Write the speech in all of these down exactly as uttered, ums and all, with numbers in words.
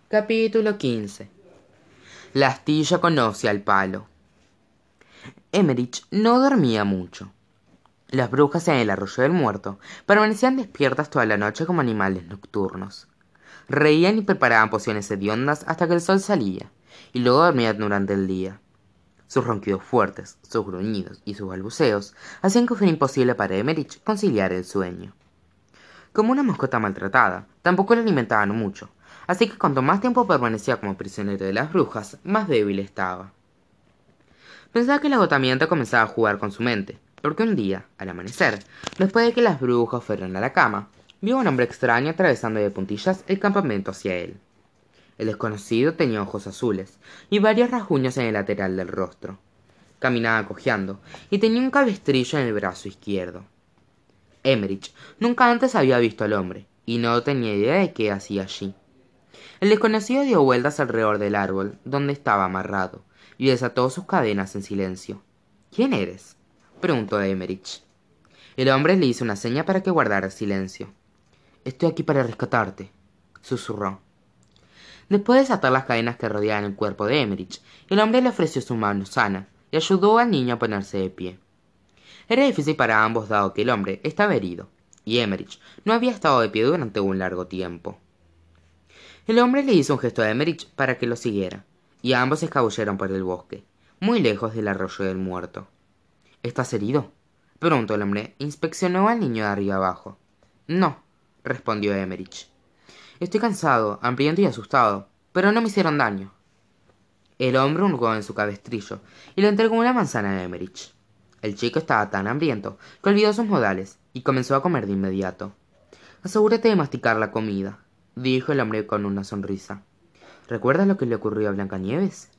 Capítulo quince. La astilla conoce al palo. Emmerich no dormía mucho. Las brujas en el arroyo del muerto permanecían despiertas toda la noche como animales nocturnos. Reían y preparaban pociones hediondas hasta que el sol salía, y luego dormían durante el día. Sus ronquidos fuertes, sus gruñidos y sus balbuceos hacían que fuera imposible para Emmerich conciliar el sueño. Como una mascota maltratada, tampoco le alimentaban mucho, así que cuanto más tiempo permanecía como prisionero de las brujas, más débil estaba. Pensaba que el agotamiento comenzaba a jugar con su mente, porque un día, al amanecer, después de que las brujas fueron a la cama, vio a un hombre extraño atravesando de puntillas el campamento hacia él. El desconocido tenía ojos azules y varios rasguños en el lateral del rostro. Caminaba cojeando y tenía un cabestrillo en el brazo izquierdo. Emmerich nunca antes había visto al hombre, y no tenía idea de qué hacía allí. El desconocido dio vueltas alrededor del árbol donde estaba amarrado, y desató sus cadenas en silencio. ¿Quién eres?, preguntó Emmerich. El hombre le hizo una seña para que guardara silencio. Estoy aquí para rescatarte, susurró. Después de desatar las cadenas que rodeaban el cuerpo de Emmerich, el hombre le ofreció su mano sana y ayudó al niño a ponerse de pie. Era difícil para ambos dado que el hombre estaba herido, y Emmerich no había estado de pie durante un largo tiempo. El hombre le hizo un gesto a Emmerich para que lo siguiera, y ambos se escabulleron por el bosque, muy lejos del arroyo del muerto. ¿Estás herido?, preguntó el hombre. Inspeccionó al niño de arriba abajo. No, respondió Emmerich. Estoy cansado, hambriento y asustado, pero no me hicieron daño. El hombre hurgó en su cabestrillo y le entregó una manzana a Emmerich. El chico estaba tan hambriento que olvidó sus modales y comenzó a comer de inmediato. Asegúrate de masticar la comida, dijo el hombre con una sonrisa. ¿Recuerdas lo que le ocurrió a Blancanieves?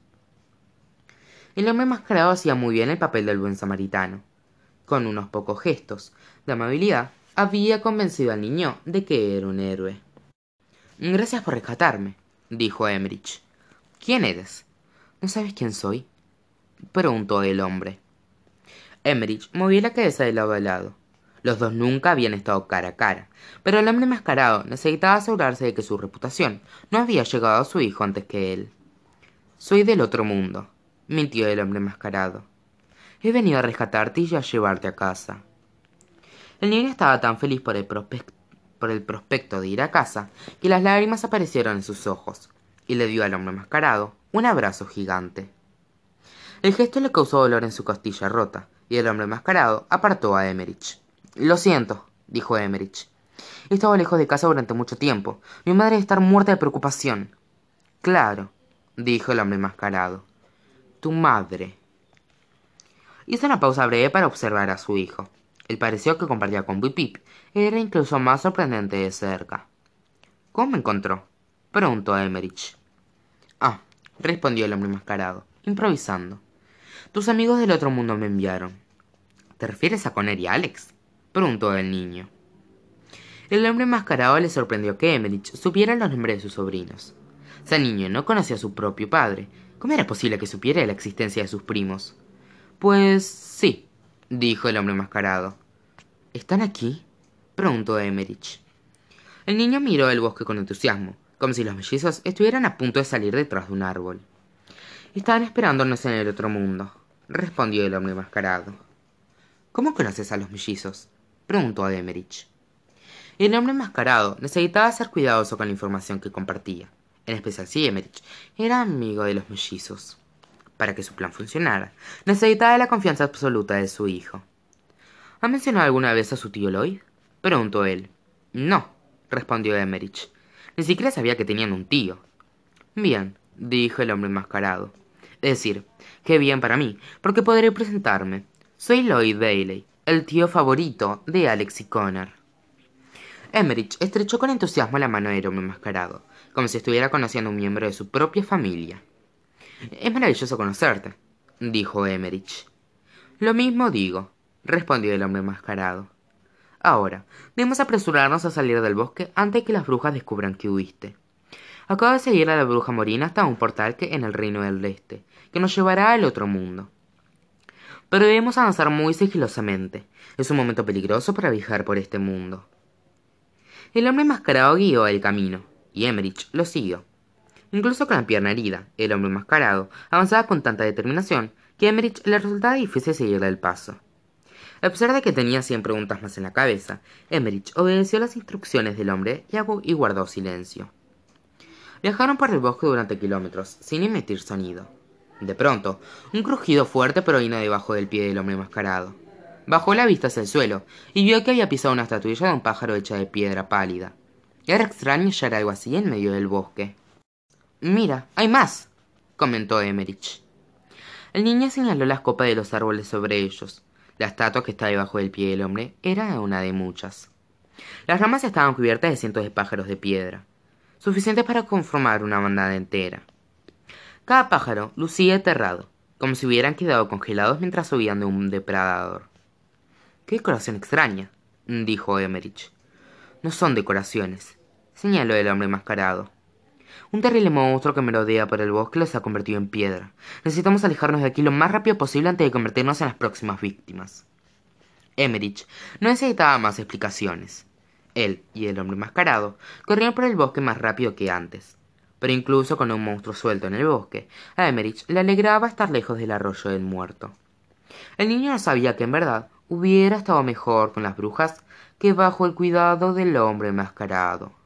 El hombre enmascarado hacía muy bien el papel del buen samaritano. Con unos pocos gestos de amabilidad había convencido al niño de que era un héroe. Gracias por rescatarme, dijo Emmerich. ¿Quién eres? ¿No sabes quién soy?, preguntó el hombre. Emmerich movió la cabeza de lado a lado. Los dos nunca habían estado cara a cara, pero el hombre enmascarado necesitaba asegurarse de que su reputación no había llegado a su hijo antes que él. Soy del otro mundo, mintió el hombre enmascarado. He venido a rescatarte y a llevarte a casa. El niño estaba tan feliz por el, prospect- por el prospecto de ir a casa que las lágrimas aparecieron en sus ojos, y le dio al hombre enmascarado un abrazo gigante. El gesto le causó dolor en su costilla rota, y el hombre enmascarado apartó a Emmerich. Lo siento, dijo Emmerich. He estado lejos de casa durante mucho tiempo. Mi madre debe estar muerta de preocupación. Claro, dijo el hombre enmascarado. Tu madre. Hizo una pausa breve para observar a su hijo. El parecido que compartía con Bo Peep era incluso más sorprendente de cerca. ¿Cómo me encontró?, preguntó Emmerich. Ah, respondió el hombre enmascarado, improvisando. Tus amigos del otro mundo me enviaron. ¿Te refieres a Connor y Alex?, preguntó el niño. El hombre enmascarado le sorprendió que Emmerich supiera los nombres de sus sobrinos. Ese niño no conocía a su propio padre. ¿Cómo era posible que supiera de la existencia de sus primos? Pues sí, dijo el hombre enmascarado. ¿Están aquí?, preguntó Emmerich. El niño miró el bosque con entusiasmo, como si los mellizos estuvieran a punto de salir detrás de un árbol. Estaban esperándonos en el otro mundo, respondió el hombre enmascarado. ¿Cómo conoces a los mellizos?, preguntó Emmerich. El hombre enmascarado necesitaba ser cuidadoso con la información que compartía, en especial si Emmerich era amigo de los mellizos. Para que su plan funcionara, necesitaba la confianza absoluta de su hijo. ¿Ha mencionado alguna vez a su tío Lloyd?, preguntó él. No, respondió Emmerich. Ni siquiera sabía que tenían un tío. Bien, dijo el hombre enmascarado. Es decir, qué bien para mí, porque podré presentarme. Soy Lloyd Bailey, el tío favorito de Alex y Connor. Emmerich estrechó con entusiasmo la mano del hombre enmascarado, como si estuviera conociendo a un miembro de su propia familia. Es maravilloso conocerte, dijo Emmerich. Lo mismo digo, respondió el hombre enmascarado. Ahora, debemos apresurarnos a salir del bosque antes de que las brujas descubran que huiste. Acabo de seguir a la bruja Morina hasta un portal que en el reino del este, que nos llevará al otro mundo. Pero debemos avanzar muy sigilosamente. Es un momento peligroso para viajar por este mundo. El hombre enmascarado guió el camino, y Emmerich lo siguió. Incluso con la pierna herida, el hombre enmascarado avanzaba con tanta determinación que a Emmerich le resultaba difícil seguirle el paso. A pesar de que tenía cien preguntas más en la cabeza, Emmerich obedeció las instrucciones del hombre y guardó silencio. Viajaron por el bosque durante kilómetros, sin emitir sonido. De pronto, un crujido fuerte provino debajo del pie del hombre enmascarado. Bajó la vista hacia el suelo y vio que había pisado una estatuilla de un pájaro hecha de piedra pálida. Era extraño hallar algo así en medio del bosque. «Mira, hay más», comentó Emmerich. El niño señaló las copas de los árboles sobre ellos. La estatua que estaba debajo del pie del hombre era una de muchas. Las ramas estaban cubiertas de cientos de pájaros de piedra, suficientes para conformar una bandada entera. Cada pájaro lucía aterrado, como si hubieran quedado congelados mientras huían de un depredador. «¡Qué decoración extraña!», dijo Emmerich. «No son decoraciones», señaló el hombre enmascarado. «Un terrible monstruo que merodea por el bosque los ha convertido en piedra. Necesitamos alejarnos de aquí lo más rápido posible antes de convertirnos en las próximas víctimas». Emmerich no necesitaba más explicaciones. Él y el hombre enmascarado corrieron por el bosque más rápido que antes. Pero incluso con un monstruo suelto en el bosque, a Emmerich le alegraba estar lejos del arroyo del muerto. El niño no sabía que en verdad hubiera estado mejor con las brujas que bajo el cuidado del hombre enmascarado.